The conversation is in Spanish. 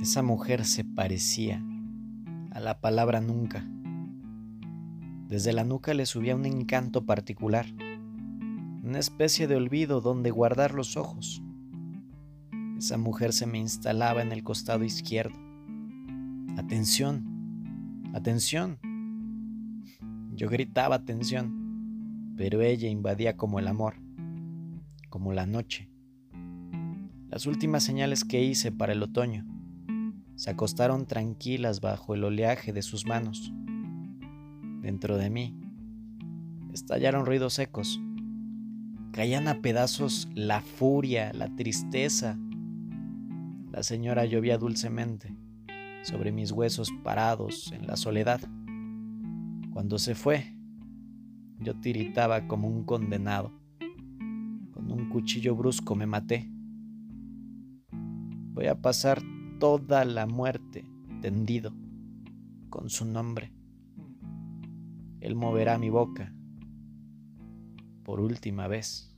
Esa mujer se parecía a la palabra nunca. Desde la nuca le subía un encanto particular, una especie de olvido donde guardar los ojos. Esa mujer se me instalaba en el costado izquierdo. Atención, atención. Yo gritaba atención, pero ella invadía como el amor, como la noche. Las últimas señales que hice para el otoño se acostaron tranquilas bajo el oleaje de sus manos. Dentro de mí estallaron ruidos secos. Caían a pedazos la furia, la tristeza. La señora llovía dulcemente sobre mis huesos parados en la soledad. Cuando se fue, yo tiritaba como un condenado. Con un cuchillo brusco me maté. Voy a pasar toda la muerte tendido con su nombre. Él moverá mi boca por última vez.